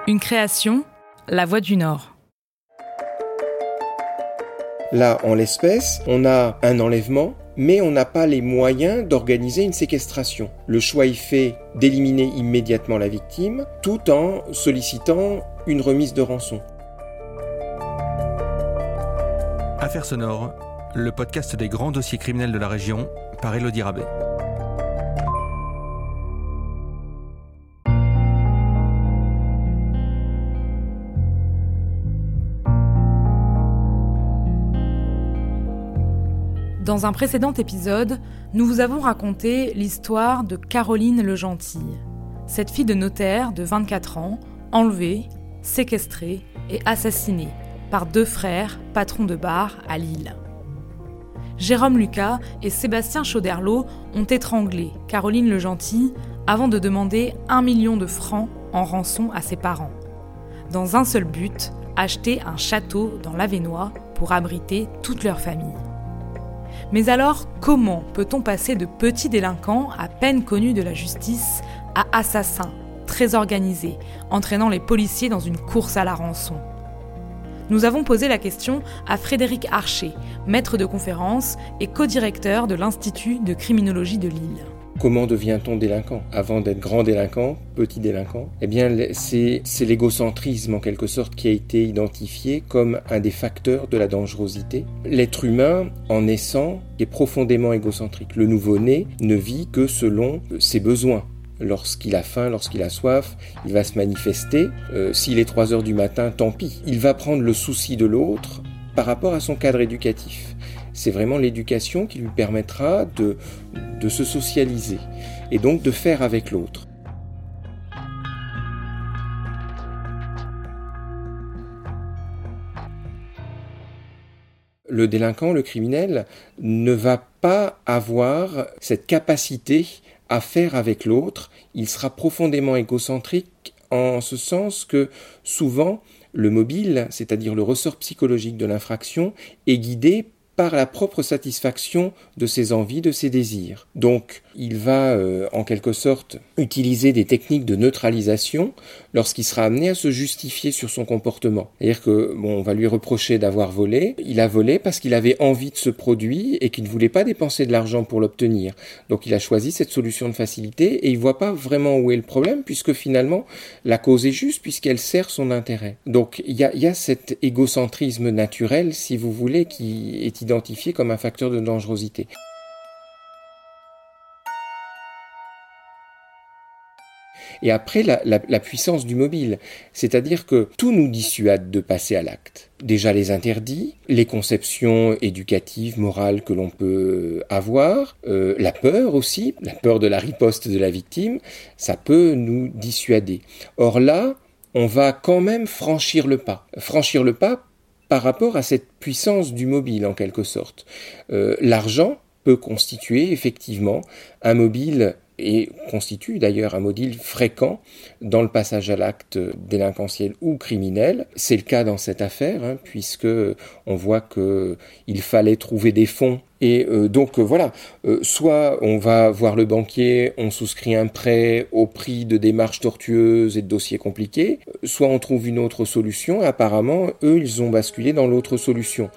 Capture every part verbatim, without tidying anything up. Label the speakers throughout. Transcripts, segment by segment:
Speaker 1: Une création, La Voix du Nord.
Speaker 2: Là, en l'espèce, on a un enlèvement, mais on n'a pas les moyens d'organiser une séquestration. Le choix est fait d'éliminer immédiatement la victime, tout en sollicitant une remise de rançon.
Speaker 3: Affaires sonores, le podcast des grands dossiers criminels de la région, par Élodie Rabet.
Speaker 1: Dans un précédent épisode, nous vous avons raconté l'histoire de Caroline Legentille, cette fille de notaire de vingt-quatre ans, enlevée, séquestrée et assassinée par deux frères patrons de bar à Lille. Jérôme Lucas et Sébastien Chauderlot ont étranglé Caroline Legentille avant de demander un million de francs en rançon à ses parents. Dans un seul but, acheter un château dans l'Avesnois pour abriter toute leur famille. Mais alors, comment peut-on passer de petits délinquants à peine connus de la justice à assassins, très organisés, entraînant les policiers dans une course à la rançon ? Nous avons posé la question à Frédéric Archer, maître de conférence et co-directeur de l'Institut de criminologie de Lille.
Speaker 2: Comment devient-on délinquant ? Avant d'être grand délinquant, petit délinquant, eh bien, c'est, c'est l'égocentrisme, en quelque sorte, qui a été identifié comme un des facteurs de la dangerosité. L'être humain, en naissant, est profondément égocentrique. Le nouveau-né ne vit que selon ses besoins. Lorsqu'il a faim, lorsqu'il a soif, il va se manifester. Euh, s'il est trois heures du matin, tant pis. Il va prendre le souci de l'autre par rapport à son cadre éducatif. C'est vraiment l'éducation qui lui permettra de, de se socialiser et donc de faire avec l'autre. Le délinquant, le criminel, ne va pas avoir cette capacité à faire avec l'autre. Il sera profondément égocentrique en ce sens que souvent le mobile, c'est-à-dire le ressort psychologique de l'infraction, est guidé par la propre satisfaction de ses envies, de ses désirs. Donc, il va, euh, en quelque sorte, utiliser des techniques de neutralisation lorsqu'il sera amené à se justifier sur son comportement. C'est-à-dire que, bon, on va lui reprocher d'avoir volé. Il a volé parce qu'il avait envie de ce produit et qu'il ne voulait pas dépenser de l'argent pour l'obtenir. Donc, il a choisi cette solution de facilité et il voit pas vraiment où est le problème puisque finalement, la cause est juste puisqu'elle sert son intérêt. Donc, il y a, il y a cet égocentrisme naturel, si vous voulez, qui est identifié comme un facteur de dangerosité. Et après, la, la, la puissance du mobile, c'est-à-dire que tout nous dissuade de passer à l'acte. Déjà les interdits, les conceptions éducatives, morales que l'on peut avoir, euh, la peur aussi, la peur de la riposte de la victime, ça peut nous dissuader. Or là, on va quand même franchir le pas. Franchir le pas par rapport à cette puissance du mobile, en quelque sorte. Euh, l'argent peut constituer effectivement un mobile, et constitue d'ailleurs un mobile fréquent dans le passage à l'acte délinquentiel ou criminel. C'est le cas dans cette affaire, hein, puisque on voit qu'il fallait trouver des fonds. Et euh, donc euh, voilà, euh, soit on va voir le banquier, on souscrit un prêt au prix de démarches tortueuses et de dossiers compliqués, soit on trouve une autre solution. Apparemment, eux, ils ont basculé dans l'autre solution.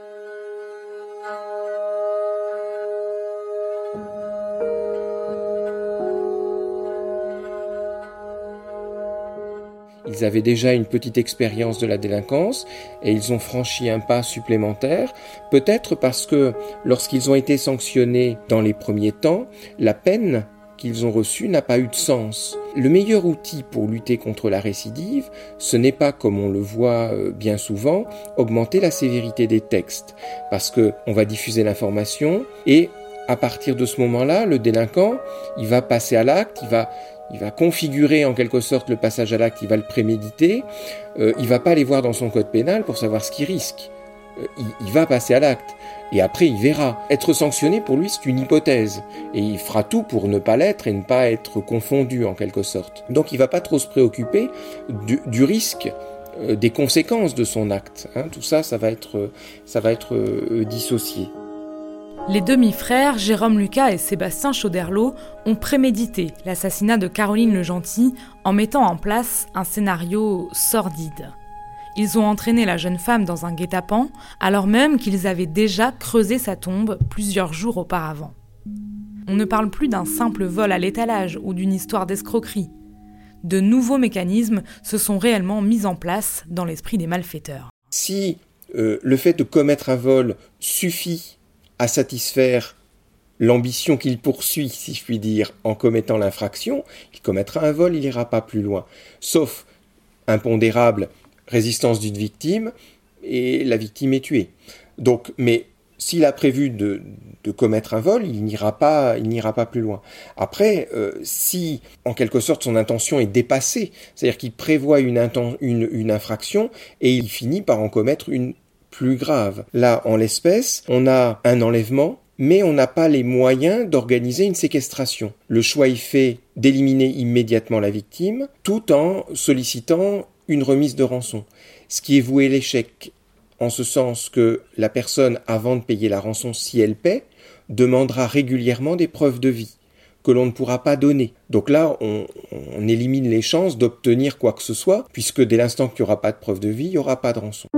Speaker 2: Ils avaient déjà une petite expérience de la délinquance et ils ont franchi un pas supplémentaire, peut-être parce que lorsqu'ils ont été sanctionnés dans les premiers temps, la peine qu'ils ont reçue n'a pas eu de sens. Le meilleur outil pour lutter contre la récidive, ce n'est pas, comme on le voit bien souvent, augmenter la sévérité des textes, parce qu'on va diffuser l'information et à partir de ce moment-là, le délinquant, il va passer à l'acte, il va Il va configurer en quelque sorte le passage à l'acte, il va le préméditer, euh, il va pas aller voir dans son code pénal pour savoir ce qu'il risque. Euh, il, il va passer à l'acte. Et après, il verra. Être sanctionné, pour lui, c'est une hypothèse. Et il fera tout pour ne pas l'être et ne pas être confondu, en quelque sorte. Donc, il va pas trop se préoccuper du, du risque, euh, des conséquences de son acte. Hein. Tout ça, ça va être, ça va être euh, dissocié.
Speaker 1: Les demi-frères Jérôme Lucas et Sébastien Choderlos ont prémédité l'assassinat de Caroline Le Gentil en mettant en place un scénario sordide. Ils ont entraîné la jeune femme dans un guet-apens alors même qu'ils avaient déjà creusé sa tombe plusieurs jours auparavant. On ne parle plus d'un simple vol à l'étalage ou d'une histoire d'escroquerie. De nouveaux mécanismes se sont réellement mis en place dans l'esprit des malfaiteurs.
Speaker 2: Si euh, le fait de commettre un vol suffit à satisfaire l'ambition qu'il poursuit, si je puis dire, en commettant l'infraction, il commettra un vol, il n'ira pas plus loin. Sauf impondérable résistance d'une victime, et la victime est tuée. Donc, mais s'il a prévu de, de commettre un vol, il n'ira pas, il n'ira pas plus loin. Après, euh, si, en quelque sorte, son intention est dépassée, c'est-à-dire qu'il prévoit une, inten- une, une infraction, et il finit par en commettre une plus grave. Là, en l'espèce, on a un enlèvement, mais on n'a pas les moyens d'organiser une séquestration. Le choix est fait d'éliminer immédiatement la victime, tout en sollicitant une remise de rançon. Ce qui est voué à l'échec, en ce sens que la personne, avant de payer la rançon, si elle paie, demandera régulièrement des preuves de vie, que l'on ne pourra pas donner. Donc là, on, on élimine les chances d'obtenir quoi que ce soit, puisque dès l'instant qu'il n'y aura pas de preuve de vie, il n'y aura pas de rançon.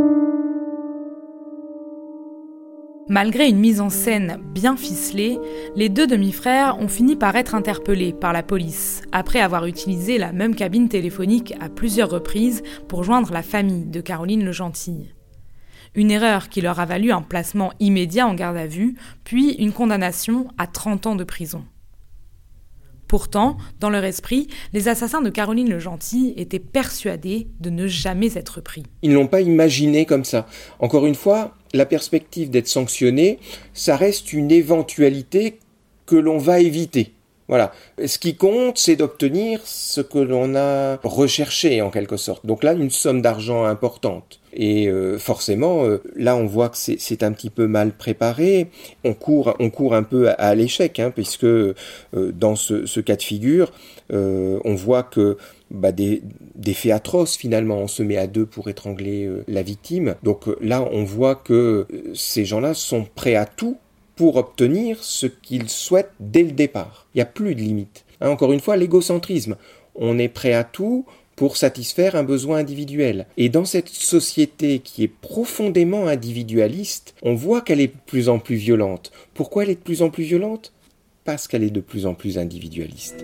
Speaker 1: Malgré une mise en scène bien ficelée, les deux demi-frères ont fini par être interpellés par la police, après avoir utilisé la même cabine téléphonique à plusieurs reprises pour joindre la famille de Caroline Le Gentil. Une erreur qui leur a valu un placement immédiat en garde à vue, puis une condamnation à trente ans de prison. Pourtant, dans leur esprit, les assassins de Caroline Le Gentil étaient persuadés de ne jamais être pris.
Speaker 2: Ils ne l'ont pas imaginé comme ça. Encore une fois, la perspective d'être sanctionné, ça reste une éventualité que l'on va éviter. Voilà. Ce qui compte, c'est d'obtenir ce que l'on a recherché, en quelque sorte. Donc là, une somme d'argent importante. Et euh, forcément, euh, là, on voit que c'est, c'est un petit peu mal préparé. On court, on court un peu à, à l'échec, hein, puisque euh, dans ce, ce cas de figure, euh, on voit que bah, des, des faits atroces, finalement, on se met à deux pour étrangler euh, la victime. Donc euh, là, on voit que euh, ces gens-là sont prêts à tout pour obtenir ce qu'ils souhaitent dès le départ. Il n'y a plus de limite. Hein, encore une fois, l'égocentrisme. On est prêt à tout pour satisfaire un besoin individuel. Et dans cette société qui est profondément individualiste, on voit qu'elle est de plus en plus violente. Pourquoi elle est de plus en plus violente ? Parce qu'elle est de plus en plus individualiste.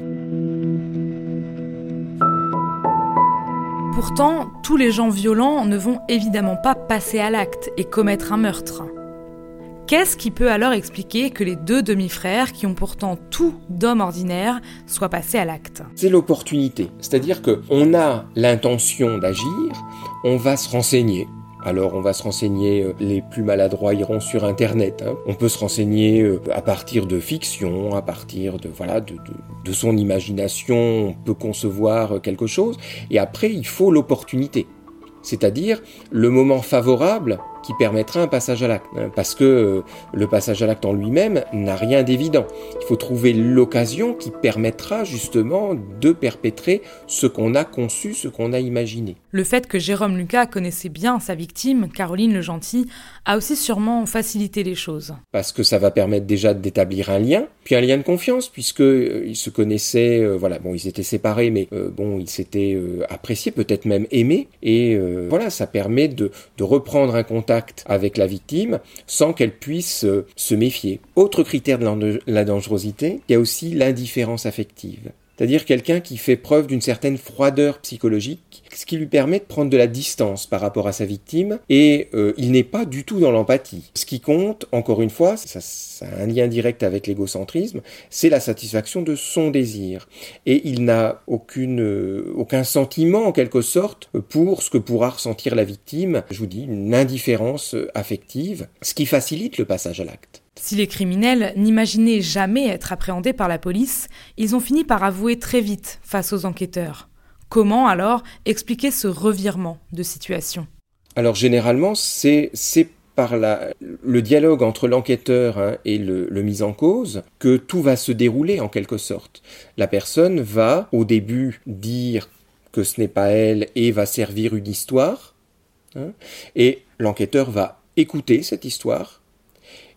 Speaker 1: Pourtant, tous les gens violents ne vont évidemment pas passer à l'acte et commettre un meurtre. Qu'est-ce qui peut alors expliquer que les deux demi-frères, qui ont pourtant tout d'hommes ordinaires, soient passés à l'acte ?
Speaker 2: C'est l'opportunité. C'est-à-dire qu'on a l'intention d'agir, on va se renseigner. Alors on va se renseigner, les plus maladroits iront sur Internet. Hein. On peut se renseigner à partir de fiction, à partir de, voilà, de, de, de son imagination, on peut concevoir quelque chose. Et après, il faut l'opportunité. C'est-à-dire le moment favorable qui permettra un passage à l'acte. Parce que le passage à l'acte en lui-même n'a rien d'évident. Il faut trouver l'occasion qui permettra justement de perpétrer ce qu'on a conçu, ce qu'on a imaginé.
Speaker 1: Le fait que Jérôme Lucas connaissait bien sa victime, Caroline Le Gentil, a aussi sûrement facilité les choses.
Speaker 2: Parce que ça va permettre déjà d'établir un lien, puis un lien de confiance, puisqu'ils euh, se connaissaient, euh, voilà, bon, ils étaient séparés, mais euh, bon, ils s'étaient euh, appréciés, peut-être même aimés, et euh, voilà, ça permet de, de reprendre un contact avec la victime sans qu'elle puisse euh, se méfier. Autre critère de la dangerosité, il y a aussi l'indifférence affective. C'est-à-dire quelqu'un qui fait preuve d'une certaine froideur psychologique, ce qui lui permet de prendre de la distance par rapport à sa victime, et euh, il n'est pas du tout dans l'empathie. Ce qui compte, encore une fois, ça, ça a un lien direct avec l'égocentrisme, c'est la satisfaction de son désir. Et il n'a aucune, euh, aucun sentiment, en quelque sorte, pour ce que pourra ressentir la victime. Je vous dis, une indifférence affective, ce qui facilite le passage à l'acte.
Speaker 1: Si les criminels n'imaginaient jamais être appréhendés par la police, ils ont fini par avouer très vite face aux enquêteurs. Comment alors expliquer ce revirement de situation ?
Speaker 2: Alors généralement, c'est, c'est par la, le dialogue entre l'enquêteur hein, et le, le mis en cause que tout va se dérouler en quelque sorte. La personne va au début dire que ce n'est pas elle et va servir une histoire, hein, et l'enquêteur va écouter cette histoire.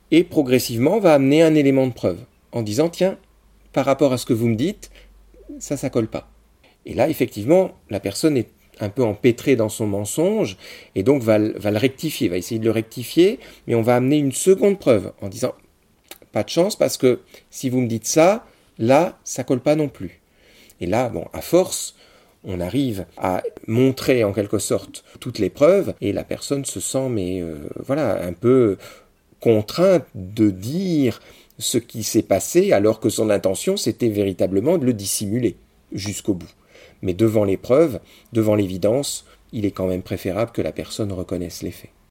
Speaker 2: et progressivement va amener un élément de preuve en disant « Tiens, par rapport à ce que vous me dites, ça, ça colle pas ». Et là, effectivement, la personne est un peu empêtrée dans son mensonge et donc va, va le rectifier, va essayer de le rectifier, mais on va amener une seconde preuve en disant « Pas de chance parce que si vous me dites ça, là, ça colle pas non plus ». Et là, bon, à force, on arrive à montrer en quelque sorte toutes les preuves et la personne se sent, mais euh, voilà, un peu contrainte de dire ce qui s'est passé alors que son intention c'était véritablement de le dissimuler jusqu'au bout. Mais devant les preuves, devant l'évidence, il est quand même préférable que la personne reconnaisse les faits.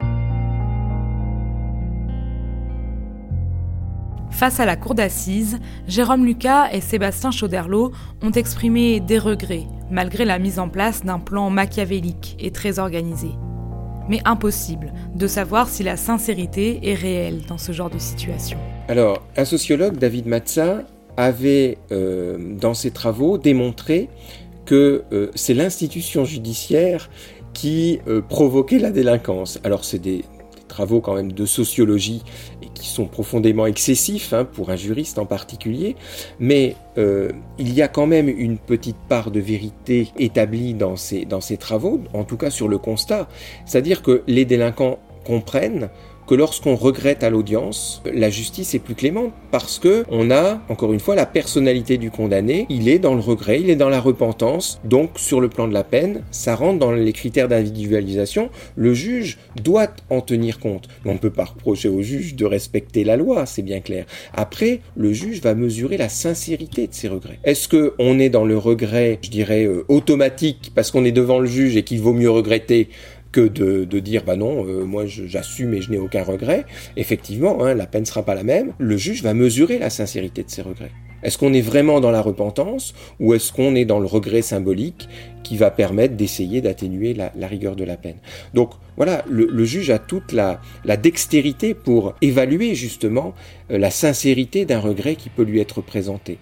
Speaker 1: Face à la cour d'assises, Jérôme Lucas et Sébastien Chauderlot ont exprimé des regrets, malgré la mise en place d'un plan machiavélique et très organisé. Mais impossible de savoir si la sincérité est réelle dans ce genre de situation.
Speaker 2: Alors, un sociologue, David Matzah, avait, euh, dans ses travaux, démontré que euh, c'est l'institution judiciaire qui euh, provoquait la délinquance. Alors, c'est des... travaux quand même de sociologie et qui sont profondément excessifs hein, pour un juriste en particulier, mais euh, il y a quand même une petite part de vérité établie dans ces, dans ces travaux, en tout cas sur le constat, c'est-à-dire que les délinquants comprennent que lorsqu'on regrette à l'audience, la justice est plus clémente parce que on a, encore une fois, la personnalité du condamné, il est dans le regret, il est dans la repentance, donc sur le plan de la peine, ça rentre dans les critères d'individualisation, le juge doit en tenir compte. Mais on ne peut pas reprocher au juge de respecter la loi, c'est bien clair. Après, le juge va mesurer la sincérité de ses regrets. Est-ce qu'on est dans le regret, je dirais, euh, automatique, parce qu'on est devant le juge et qu'il vaut mieux regretter que de, de dire bah non, euh, moi je, j'assume et je n'ai aucun regret. Effectivement, hein, la peine ne sera pas la même. Le juge va mesurer la sincérité de ses regrets. Est-ce qu'on est vraiment dans la repentance ou est-ce qu'on est dans le regret symbolique qui va permettre d'essayer d'atténuer la, la rigueur de la peine? Donc voilà, le, le juge a toute la, la dextérité pour évaluer justement euh, la sincérité d'un regret qui peut lui être présenté.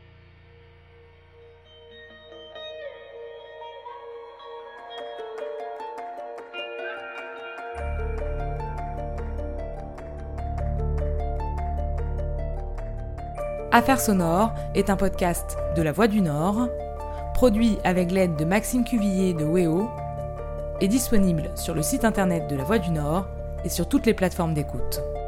Speaker 1: Affaires sonores est un podcast de La Voix du Nord, produit avec l'aide de Maxime Cuvillier de Wéo, et disponible sur le site internet de La Voix du Nord et sur toutes les plateformes d'écoute.